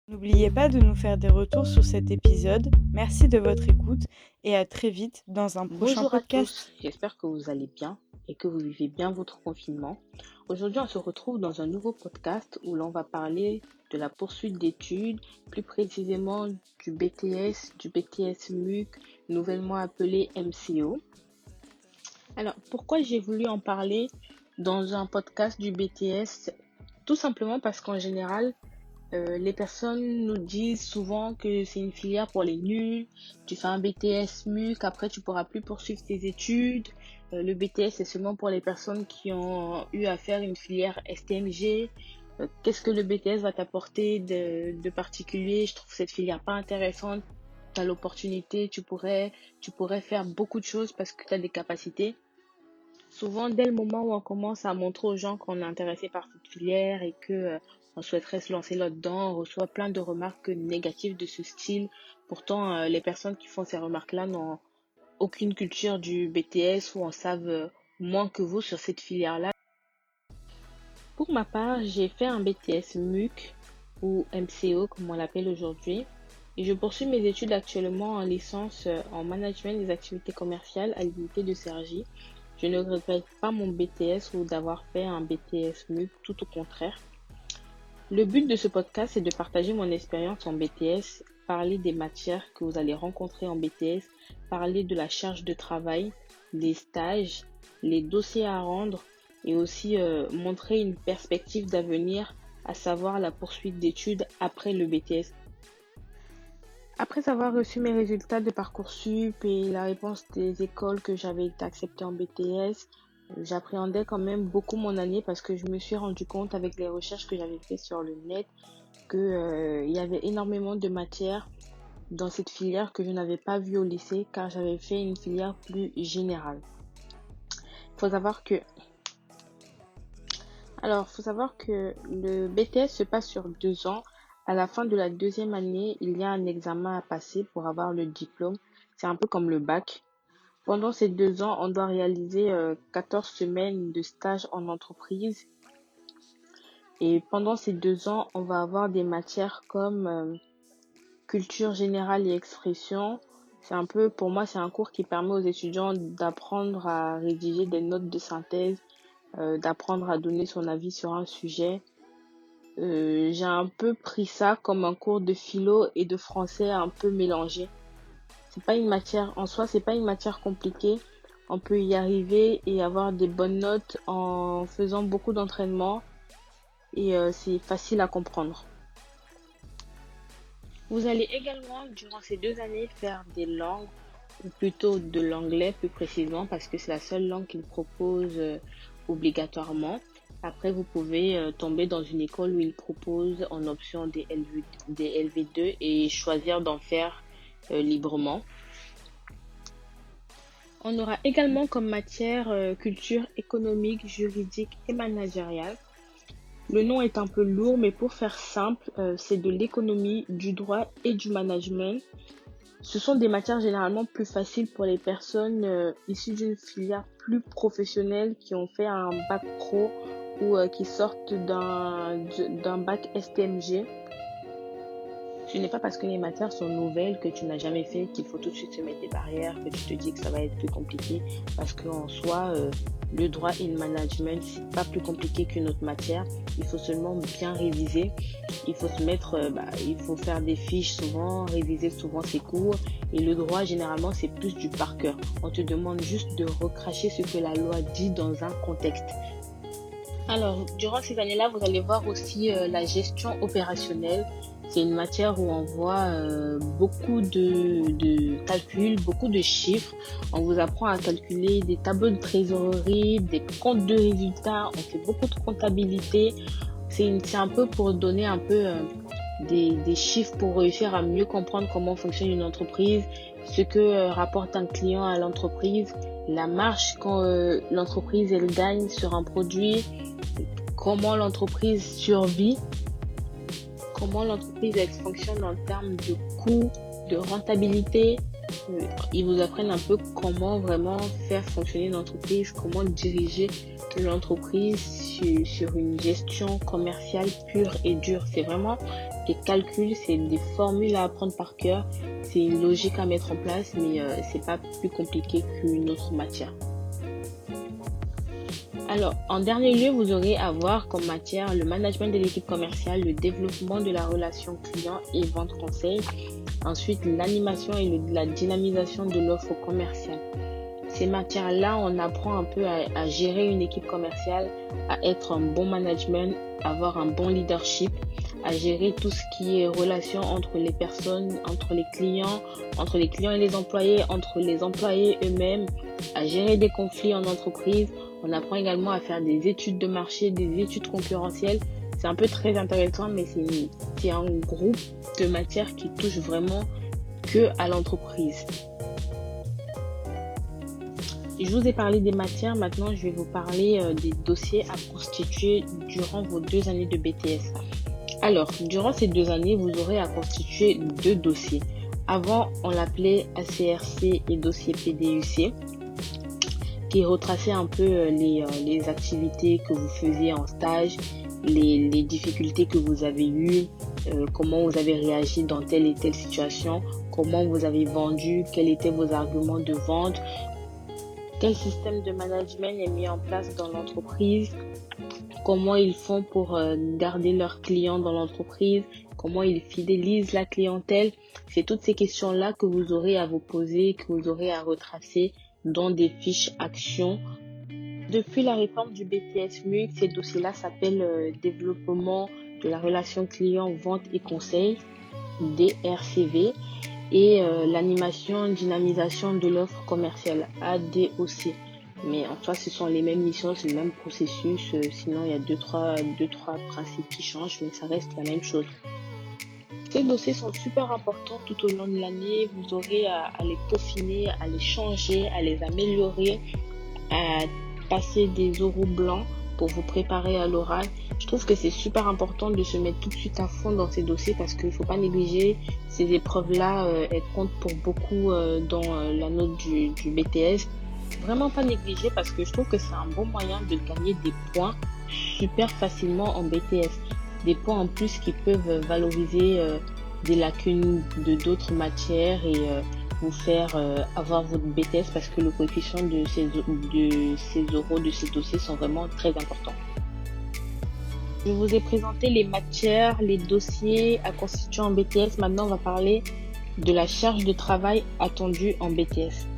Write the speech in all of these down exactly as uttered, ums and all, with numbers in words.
N'oubliez pas de nous faire des retours sur cet épisode. Merci de votre écoute et à très vite dans un prochain Bonjour à podcast. tous, j'espère que vous allez bien et que vous vivez bien votre confinement. Aujourd'hui, on se retrouve dans un nouveau podcast où l'on va parler de la poursuite d'études, plus précisément du B T S, du B T S M U C, nouvellement appelé M C O. Alors, pourquoi j'ai voulu en parler dans un podcast du B T S? Tout simplement parce qu'en général, Euh, les personnes nous disent souvent que c'est une filière pour les nuls. Tu fais un B T S M U C, après tu pourras plus poursuivre tes études. Euh, le B T S c'est seulement pour les personnes qui ont eu à faire une filière S T M G. Euh, qu'est-ce que le B T S va t'apporter de, de particulier? Je trouve cette filière pas intéressante. Tu as l'opportunité, tu pourrais, tu pourrais faire beaucoup de choses parce que tu as des capacités. Souvent, dès le moment où on commence à montrer aux gens qu'on est intéressé par cette filière et que euh, on souhaiterait se lancer là-dedans, on reçoit plein de remarques négatives de ce style. Pourtant, euh, les personnes qui font ces remarques-là n'ont aucune culture du B T S ou en savent euh, moins que vous sur cette filière-là. Pour ma part, j'ai fait un B T S M U C ou M C O comme on l'appelle aujourd'hui et je poursuis mes études actuellement en licence euh, en management des activités commerciales à l'U N T de Cergy. Je ne regrette pas mon B T S ou d'avoir fait un B T S M U C, tout au contraire. Le but de ce podcast, c'est de partager mon expérience en B T S, parler des matières que vous allez rencontrer en B T S, parler de la charge de travail, des stages, les dossiers à rendre et aussi euh, montrer une perspective d'avenir, à savoir la poursuite d'études après le B T S. Après avoir reçu mes résultats de Parcoursup et la réponse des écoles que j'avais été acceptée en B T S, j'appréhendais quand même beaucoup mon année parce que je me suis rendu compte avec les recherches que j'avais faites sur le net que euh, il y avait énormément de matières dans cette filière que je n'avais pas vues au lycée car j'avais fait une filière plus générale. Il faut savoir que alors, faut savoir que le B T S se passe sur deux ans. À la fin de la deuxième année, il y a un examen à passer pour avoir le diplôme. C'est un peu comme le bac. Pendant ces deux ans, on doit réaliser euh, quatorze semaines de stage en entreprise. Et pendant ces deux ans, on va avoir des matières comme euh, culture générale et expression. C'est un peu, pour moi, c'est un cours qui permet aux étudiants d'apprendre à rédiger des notes de synthèse, euh, d'apprendre à donner son avis sur un sujet. Euh, j'ai un peu pris ça comme un cours de philo et de français un peu mélangé. C'est pas une matière, en soi, c'est pas une matière compliquée. On peut y arriver et avoir des bonnes notes en faisant beaucoup d'entraînement et euh, c'est facile à comprendre. Vous allez également, durant ces deux années, faire des langues, ou plutôt de l'anglais plus précisément, parce que c'est la seule langue qu'ils proposent euh, obligatoirement. Après, vous pouvez euh, tomber dans une école où ils proposent en option des L V, des L V deux et choisir d'en faire euh, librement. On aura également comme matière euh, culture économique, juridique et managériale. Le nom est un peu lourd, mais pour faire simple, euh, c'est de l'économie, du droit et du management. Ce sont des matières généralement plus faciles pour les personnes euh, issues d'une filière plus professionnelle qui ont fait un bac pro ou euh, qui sortent d'un, d'un bac S T M G. Ce n'est pas parce que les matières sont nouvelles que tu n'as jamais fait qu'il faut tout de suite se mettre des barrières, que tu te dis que ça va être plus compliqué. Parce qu'en soi, euh, le droit et le management, c'est pas plus compliqué qu'une autre matière. Il faut seulement bien réviser. Il faut se mettre, euh, bah, il faut faire des fiches souvent, réviser souvent ses cours. Et le droit, généralement, c'est plus du par cœur. On te demande juste de recracher ce que la loi dit dans un contexte. Alors, durant ces années-là, vous allez voir aussi euh, la gestion opérationnelle. C'est une matière où on voit euh, beaucoup de, de calculs, beaucoup de chiffres. On vous apprend à calculer des tableaux de trésorerie, des comptes de résultats. On fait beaucoup de comptabilité. C'est, une, c'est un peu pour donner un peu euh, des, des chiffres pour réussir à mieux comprendre comment fonctionne une entreprise, ce que euh, rapporte un client à l'entreprise, la marge quand euh, l'entreprise elle gagne sur un produit, comment l'entreprise survit, comment l'entreprise elle fonctionne en termes de coûts, de rentabilité, Euh, Ils vous apprennent un peu comment vraiment faire fonctionner l'entreprise, comment diriger l'entreprise sur, sur une gestion commerciale pure et dure. C'est vraiment des calculs, c'est des formules à apprendre par cœur, c'est une logique à mettre en place, mais euh, c'est pas plus compliqué qu'une autre matière. Alors, en dernier lieu, vous aurez à voir comme matière le management de l'équipe commerciale, le développement de la relation client et vente conseil. Ensuite, l'animation et le- la dynamisation de l'offre commerciale. Ces matières-là, on apprend un peu à, à gérer une équipe commerciale, à être un bon management, avoir un bon leadership, à gérer tout ce qui est relation entre les personnes, entre les clients, entre les clients et les employés, entre les employés eux-mêmes, à gérer des conflits en entreprise. On apprend également à faire des études de marché, des études concurrentielles. C'est un peu très intéressant, mais c'est une- c'est un groupe de matières qui touche vraiment que à l'entreprise. Je vous ai parlé des matières, maintenant je vais vous parler euh, des dossiers à constituer durant vos deux années de B T S. Alors, durant ces deux années, vous aurez à constituer deux dossiers. Avant, on l'appelait A C R C et dossier P D U C, qui retraçait un peu euh, les, euh, les activités que vous faisiez en stage, les, les difficultés que vous avez eues, euh, comment vous avez réagi dans telle et telle situation, comment vous avez vendu, quels étaient vos arguments de vente, quel système de management est mis en place dans l'entreprise, comment ils font pour euh, garder leurs clients dans l'entreprise, comment ils fidélisent la clientèle. C'est toutes ces questions-là que vous aurez à vous poser, que vous aurez à retracer dans des fiches actions. Depuis la réforme du B T S M U X, ces dossiers-là s'appellent euh, développement de la relation client, vente et conseil, D R C V, et euh, l'animation, dynamisation de l'offre commerciale, A D O C. Mais en soi, ce sont les mêmes missions, c'est le même processus. euh, sinon, il y a deux trois, deux, trois principes qui changent, mais ça reste la même chose. Ces dossiers sont super importants tout au long de l'année. Vous aurez à, à les peaufiner, à les changer, à les améliorer, à passer des oraux blancs pour vous préparer à l'oral. Je trouve que c'est super important de se mettre tout de suite à fond dans ces dossiers parce qu'il ne faut pas négliger ces épreuves-là. Euh, elles comptent pour beaucoup euh, dans euh, la note du, du B T S. Vraiment pas négliger parce que je trouve que c'est un bon moyen de gagner des points super facilement en B T S. Des points en plus qui peuvent valoriser euh, des lacunes de d'autres matières et euh, vous faire euh, avoir votre B T S parce que le coefficient de ces, de ces oraux, de ces dossiers sont vraiment très importants. Je vous ai présenté les matières, les dossiers à constituer en B T S. Maintenant, on va parler de la charge de travail attendue en B T S.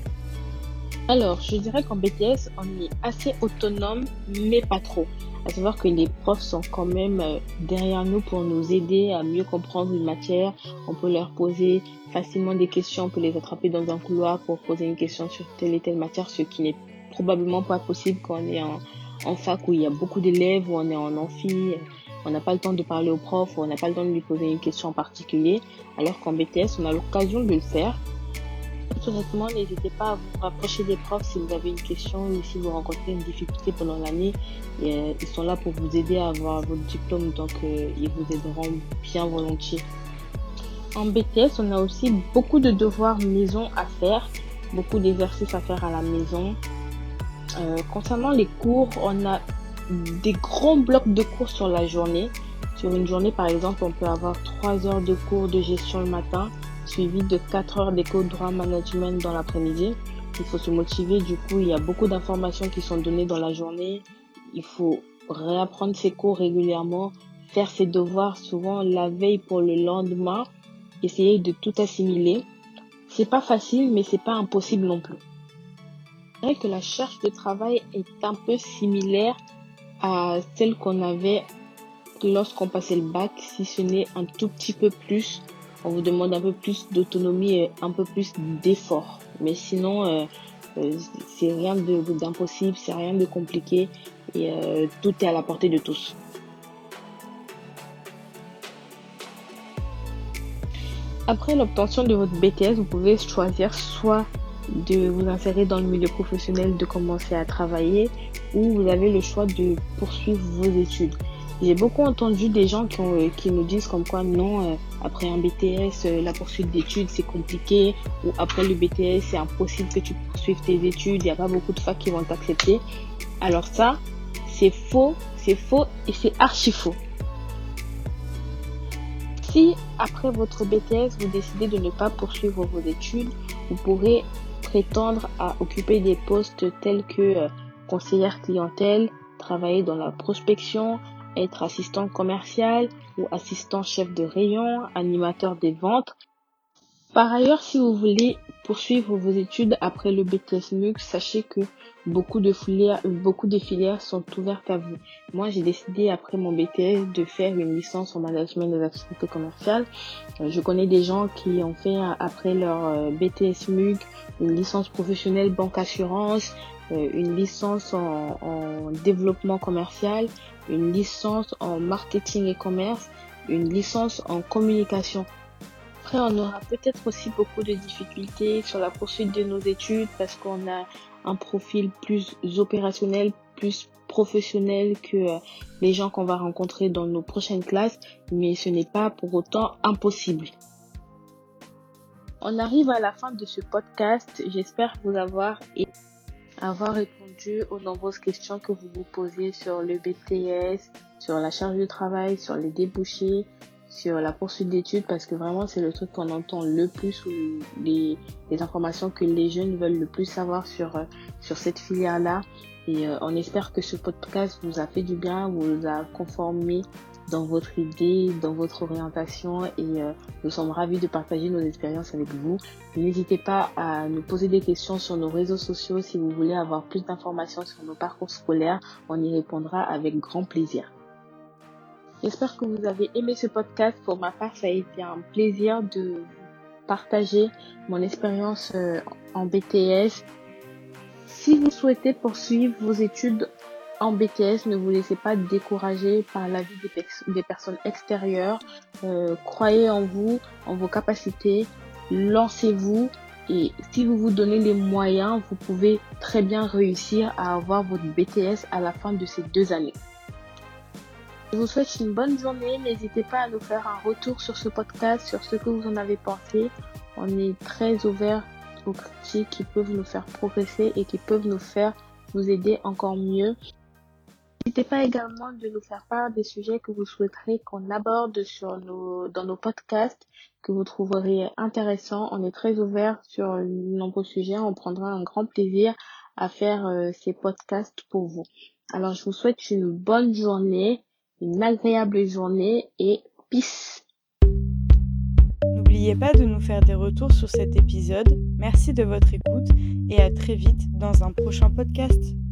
Alors, je dirais qu'en B T S, on est assez autonome, mais pas trop. À savoir que les profs sont quand même euh, derrière nous pour nous aider à mieux comprendre une matière. On peut leur poser facilement des questions, on peut les attraper dans un couloir pour poser une question sur telle et telle matière, ce qui n'est probablement pas possible quand on est en, en fac où il y a beaucoup d'élèves, où on est en amphi, on n'a pas le temps de parler au prof, où on n'a pas le temps de lui poser une question en particulier. Alors qu'en B T S, on a l'occasion de le faire. Honnêtement, n'hésitez pas à vous rapprocher des profs si vous avez une question ou si vous rencontrez une difficulté pendant l'année. Et, euh, ils sont là pour vous aider à avoir votre diplôme, donc euh, ils vous aideront bien volontiers. En B T S, on a aussi beaucoup de devoirs maison à faire, beaucoup d'exercices à faire à la maison. Euh, concernant les cours, on a des grands blocs de cours sur la journée. Sur une journée, par exemple, on peut avoir trois heures de cours de gestion le matin, suivi de quatre heures d'éco droit management dans l'après-midi. Il faut se motiver, du coup, il y a beaucoup d'informations qui sont données dans la journée. Il faut réapprendre ses cours régulièrement, faire ses devoirs souvent la veille pour le lendemain, essayer de tout assimiler. C'est pas facile, mais c'est pas impossible non plus. C'est vrai que la charge de travail est un peu similaire à celle qu'on avait lorsqu'on passait le bac, si ce n'est un tout petit peu plus. On vous demande un peu plus d'autonomie et un peu plus d'effort. Mais sinon, euh, euh, c'est rien de, d'impossible, c'est rien de compliqué et euh, tout est à la portée de tous. Après l'obtention de votre B T S, vous pouvez choisir soit de vous insérer dans le milieu professionnel, de commencer à travailler, ou vous avez le choix de poursuivre vos études. J'ai beaucoup entendu des gens qui, ont, euh, qui nous disent comme quoi non, euh, après un B T S, euh, la poursuite d'études c'est compliqué, ou après le B T S c'est impossible que tu poursuives tes études, il n'y a pas beaucoup de facs qui vont t'accepter. Alors ça, c'est faux, c'est faux et c'est archi faux. Si après votre B T S vous décidez de ne pas poursuivre vos études, vous pourrez prétendre à occuper des postes tels que euh, conseillère clientèle, travailler dans la prospection, être assistant commercial ou assistant chef de rayon, animateur des ventes. Par ailleurs, si vous voulez poursuivre vos études après le B T S M U X, sachez que beaucoup de filières, beaucoup de filières sont ouvertes à vous. Moi, j'ai décidé après mon B T S de faire une licence en management des activités commerciales. Euh, Je connais des gens qui ont fait euh, après leur euh, B T S M U X une licence professionnelle banque assurance, euh, une licence en, en développement commercial, une licence en marketing et commerce, une licence en communication. Après, on aura peut-être aussi beaucoup de difficultés sur la poursuite de nos études parce qu'on a un profil plus opérationnel, plus professionnel que euh, les gens qu'on va rencontrer dans nos prochaines classes, mais ce n'est pas pour autant impossible. On arrive à la fin de ce podcast. J'espère vous avoir et avoir répondu aux nombreuses questions que vous vous posez sur le B T S, sur la charge de travail, sur les débouchés, sur la poursuite d'études, parce que vraiment c'est le truc qu'on entend le plus, ou les, les informations que les jeunes veulent le plus savoir sur, euh, sur cette filière-là. Et euh, on espère que ce podcast vous a fait du bien, vous a conformé dans votre idée, dans votre orientation, et euh, nous sommes ravis de partager nos expériences avec vous. N'hésitez pas à nous poser des questions sur nos réseaux sociaux si vous voulez avoir plus d'informations sur nos parcours scolaires. On y répondra avec grand plaisir. J'espère que vous avez aimé ce podcast. Pour ma part, ça a été un plaisir de partager mon expérience euh, en B T S. Si vous souhaitez poursuivre vos études en B T S, ne vous laissez pas décourager par l'avis des, pers- des personnes extérieures. Euh, croyez en vous, en vos capacités, lancez-vous, et si vous vous donnez les moyens, vous pouvez très bien réussir à avoir votre B T S à la fin de ces deux années. Je vous souhaite une bonne journée. N'hésitez pas à nous faire un retour sur ce podcast, sur ce que vous en avez pensé. On est très ouvert aux critiques qui peuvent nous faire progresser et qui peuvent nous faire vous aider encore mieux. N'hésitez pas également de nous faire part des sujets que vous souhaiterez qu'on aborde sur nos, dans nos podcasts, que vous trouverez intéressants. On est très ouvert sur de nombreux sujets. On prendra un grand plaisir à faire euh, ces podcasts pour vous. Alors, je vous souhaite une bonne journée, une agréable journée et peace. N'oubliez pas de nous faire des retours sur cet épisode. Merci de votre écoute et à très vite dans un prochain podcast.